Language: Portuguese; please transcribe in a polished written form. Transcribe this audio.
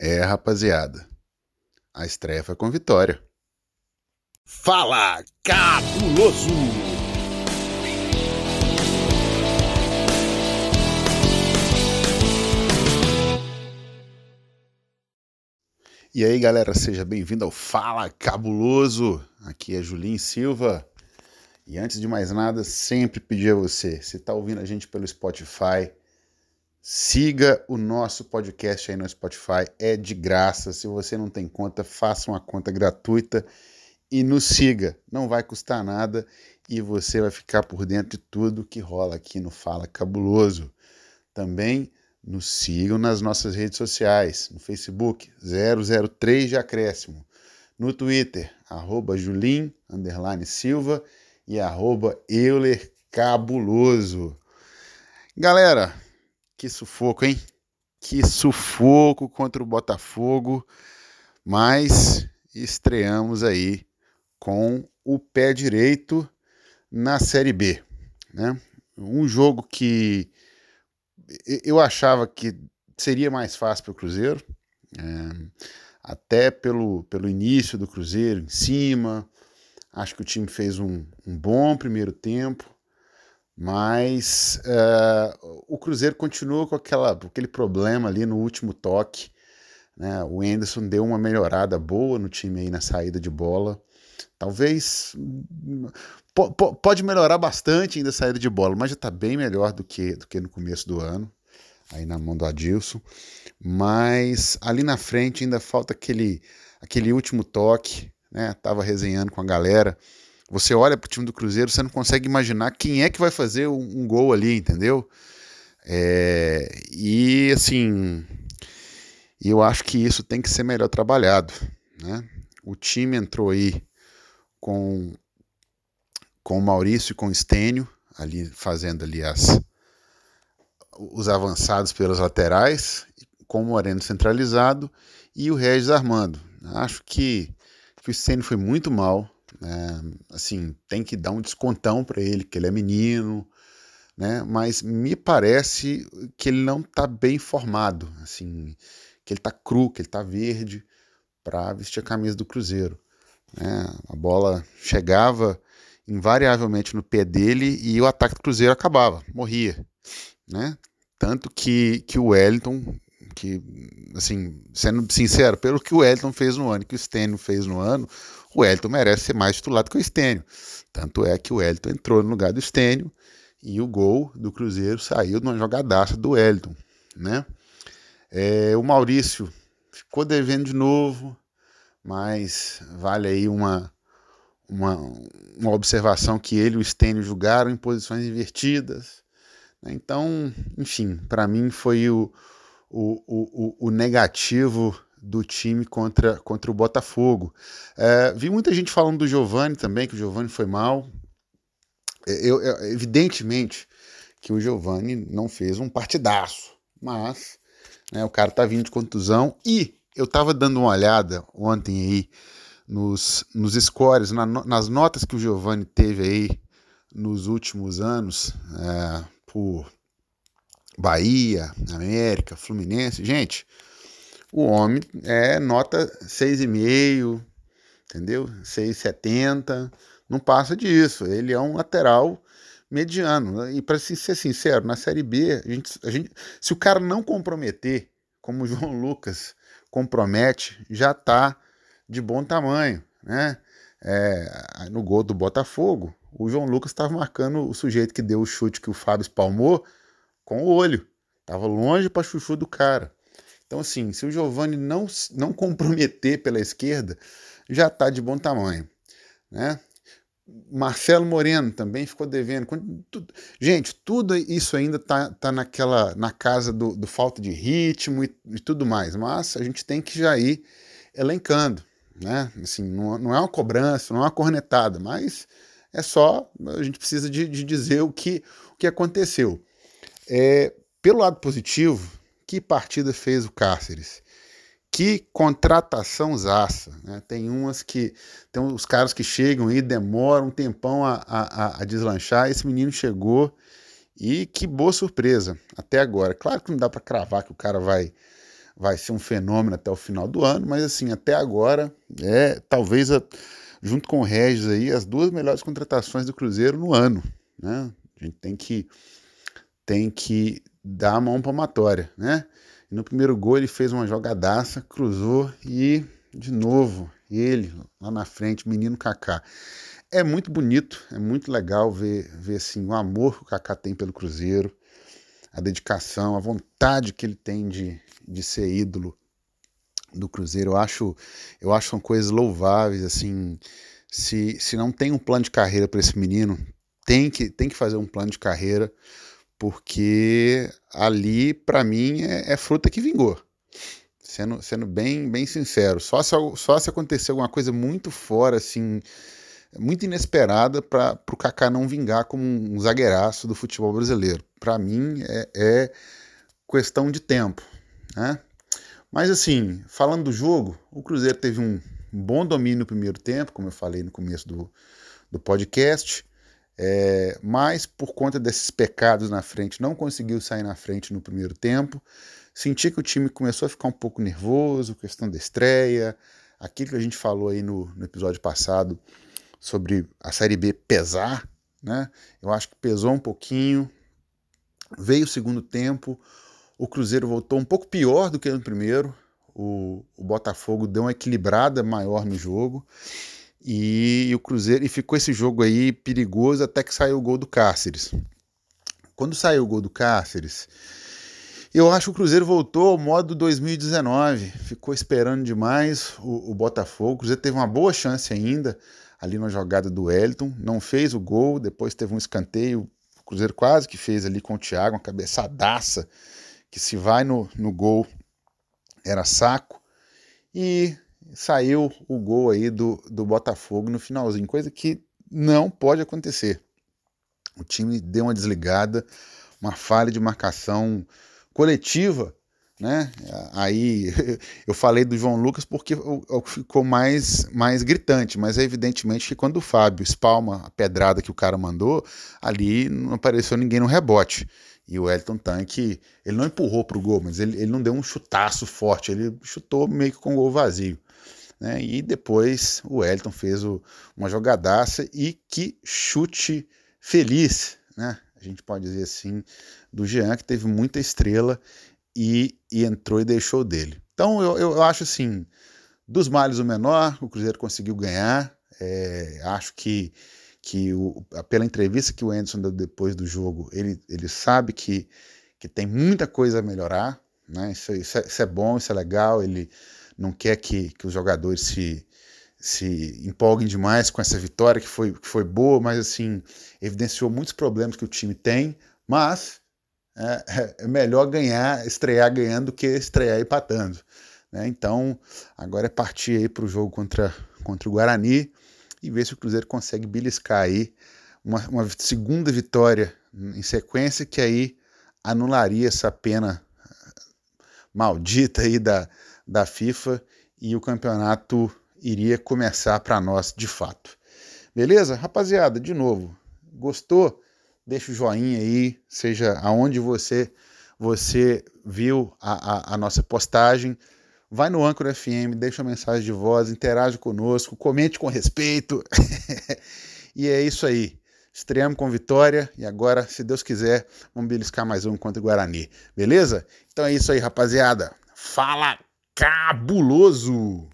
Rapaziada, a estreia foi com vitória. Fala, cabuloso! E aí, galera, seja bem-vindo ao Fala Cabuloso. Aqui é Julinho Silva. E antes de mais nada, sempre pedir a você, se tá ouvindo a gente pelo Spotify, siga o nosso podcast aí no Spotify, é de graça. Se você não tem conta, faça uma conta gratuita e nos siga. Não vai custar nada e você vai ficar por dentro de tudo que rola aqui no Fala Cabuloso. Também nos sigam nas nossas redes sociais, no Facebook 003 de acréscimo, no Twitter @Julim_Silva e @EulerCabuloso. Galera, que sufoco, hein? Que sufoco contra o Botafogo, mas estreamos aí com o pé direito na Série B, né? Um jogo que eu achava que seria mais fácil para o Cruzeiro, até pelo início do Cruzeiro em cima. Acho que o time fez um bom primeiro tempo, mas o Cruzeiro continuou com aquele problema ali no último toque, né? O Henderson deu uma melhorada boa no time aí na saída de bola. Talvez pode melhorar bastante ainda a saída de bola, mas já está bem melhor do que no começo do ano, aí na mão do Adilson. Mas ali na frente ainda falta aquele último toque, né? Tava resenhando com a galera. Você olha pro time do Cruzeiro, você não consegue imaginar quem é que vai fazer um gol ali, entendeu? E assim, eu acho que isso tem que ser melhor trabalhado, né? O time entrou aí com o Maurício e com o Stênio, ali fazendo ali os avançados pelas laterais, com o Moreno centralizado e o Regis armando. Acho que o Stênio foi muito mal, né? Assim, tem que dar um descontão para ele, que ele é menino, né? Mas me parece que ele não está bem formado, assim, que ele está cru, que ele está verde para vestir a camisa do Cruzeiro, né? A bola chegava invariavelmente no pé dele e o ataque do Cruzeiro acabava, morria, né? Tanto que o Wellington, que, assim, sendo sincero, pelo que o Wellington fez no ano, que o Stênio fez no ano, o Wellington merece ser mais titular do que o Stênio. Tanto é que o Wellington entrou no lugar do Stênio e o gol do Cruzeiro saiu de uma jogadaça do Wellington, né? O Maurício ficou devendo de novo, mas vale aí uma observação que ele e o Stênio jogaram em posições invertidas. Então, enfim, para mim foi o negativo do time contra o Botafogo. Vi muita gente falando do Giovani também, que o Giovani foi mal. Evidentemente que o Giovani não fez um partidaço, mas, né, o cara tá vindo de contusão e eu tava dando uma olhada ontem aí nos scores, nas notas que o Giovani teve aí nos últimos anos, por Bahia, América, Fluminense. Gente, o homem é nota 6,5, entendeu? 6,70, não passa disso. Ele é um lateral mediano. E para ser sincero, na Série B, se o cara não comprometer, como o João Lucas compromete, já está de bom tamanho, né? No gol do Botafogo, o João Lucas estava marcando o sujeito que deu o chute que o Fábio espalmou com o olho. Tava longe para chuchu do cara. Então, assim, se o Giovani não comprometer pela esquerda, já está de bom tamanho, né? Marcelo Moreno também ficou devendo. Gente, tudo isso ainda tá na casa do falta de ritmo e tudo mais, mas a gente tem que já ir elencando, né? Assim, não é uma cobrança, não é uma cornetada, mas é só, a gente precisa de dizer o que aconteceu. Pelo lado positivo, que partida fez o Cáceres? Que contratação zaça, né? Tem os caras que chegam e demoram um tempão a deslanchar. Esse menino chegou e que boa surpresa até agora. Claro que não dá para cravar que o cara vai vai ser um fenômeno até o final do ano, mas assim, até agora, talvez, junto com o Regis aí, as duas melhores contratações do Cruzeiro no ano, né? A gente tem que dar a mão palmatória, né? E no primeiro gol ele fez uma jogadaça, cruzou e, de novo, ele lá na frente, menino Kaká. É muito bonito, é muito legal ver assim, o amor que o Kaká tem pelo Cruzeiro, a dedicação, a vontade que ele tem de ser ídolo do Cruzeiro. Eu acho são coisas louváveis, assim. Se não tem um plano de carreira para esse menino, tem que fazer um plano de carreira, porque ali, para mim, é fruta que vingou. Sendo bem sincero. Só se acontecer alguma coisa muito fora, assim, muito inesperada para o Kaká não vingar como um zagueiraço do futebol brasileiro. Para mim, é questão de tempo, né? Mas assim, falando do jogo, o Cruzeiro teve um bom domínio no primeiro tempo, como eu falei no começo do podcast, mas por conta desses pecados na frente, não conseguiu sair na frente no primeiro tempo. Senti que o time começou a ficar um pouco nervoso, questão da estreia, aquilo que a gente falou aí no episódio passado sobre a Série B pesar, né? Eu acho que pesou um pouquinho. Veio o segundo tempo, o Cruzeiro voltou um pouco pior do que no primeiro, o Botafogo deu uma equilibrada maior no jogo, e o Cruzeiro, e ficou esse jogo aí perigoso até que saiu o gol do Cáceres. Quando saiu o gol do Cáceres, eu acho que o Cruzeiro voltou ao modo 2019, ficou esperando demais o Botafogo. O Cruzeiro teve uma boa chance ainda ali na jogada do Wellington, não fez o gol, depois teve um escanteio, o Cruzeiro quase que fez ali com o Thiago, uma cabeçadaça, que se vai no gol era saco, e saiu o gol aí do Botafogo no finalzinho, coisa que não pode acontecer. O time deu uma desligada, uma falha de marcação coletiva, né? Aí eu falei do João Lucas porque ficou mais gritante, mas é evidentemente que quando o Fábio espalma a pedrada que o cara mandou, ali não apareceu ninguém no rebote. E o Wellington Tanque, ele não empurrou pro gol, mas ele não deu um chutaço forte, ele chutou meio que com o gol vazio, né? E depois o Wellington fez uma jogadaça, e que chute feliz, né? A gente pode dizer assim, do Jean, que teve muita estrela e entrou e deixou dele. Então eu acho assim, dos males o menor, o Cruzeiro conseguiu ganhar. Acho que pela entrevista que o Anderson deu depois do jogo, ele sabe que tem muita coisa a melhorar, né? Isso é bom, isso é legal. Ele não quer que os jogadores se empolguem demais com essa vitória, que foi boa, mas assim, evidenciou muitos problemas que o time tem, mas é melhor estrear ganhando do que estrear empatando, né? Então, agora é partir aí para o jogo contra o Guarani e ver se o Cruzeiro consegue beliscar aí uma segunda vitória em sequência, que aí anularia essa pena maldita aí da FIFA, e o campeonato iria começar para nós de fato. Beleza? Rapaziada, de novo, gostou? Deixa o joinha aí, seja aonde você viu a nossa postagem. Vai no Anchor FM, deixa uma mensagem de voz, interage conosco, comente com respeito. E é isso aí. Estreamos com vitória e agora, se Deus quiser, vamos beliscar mais um contra o Guarani. Beleza? Então é isso aí, rapaziada. Fala, cabuloso!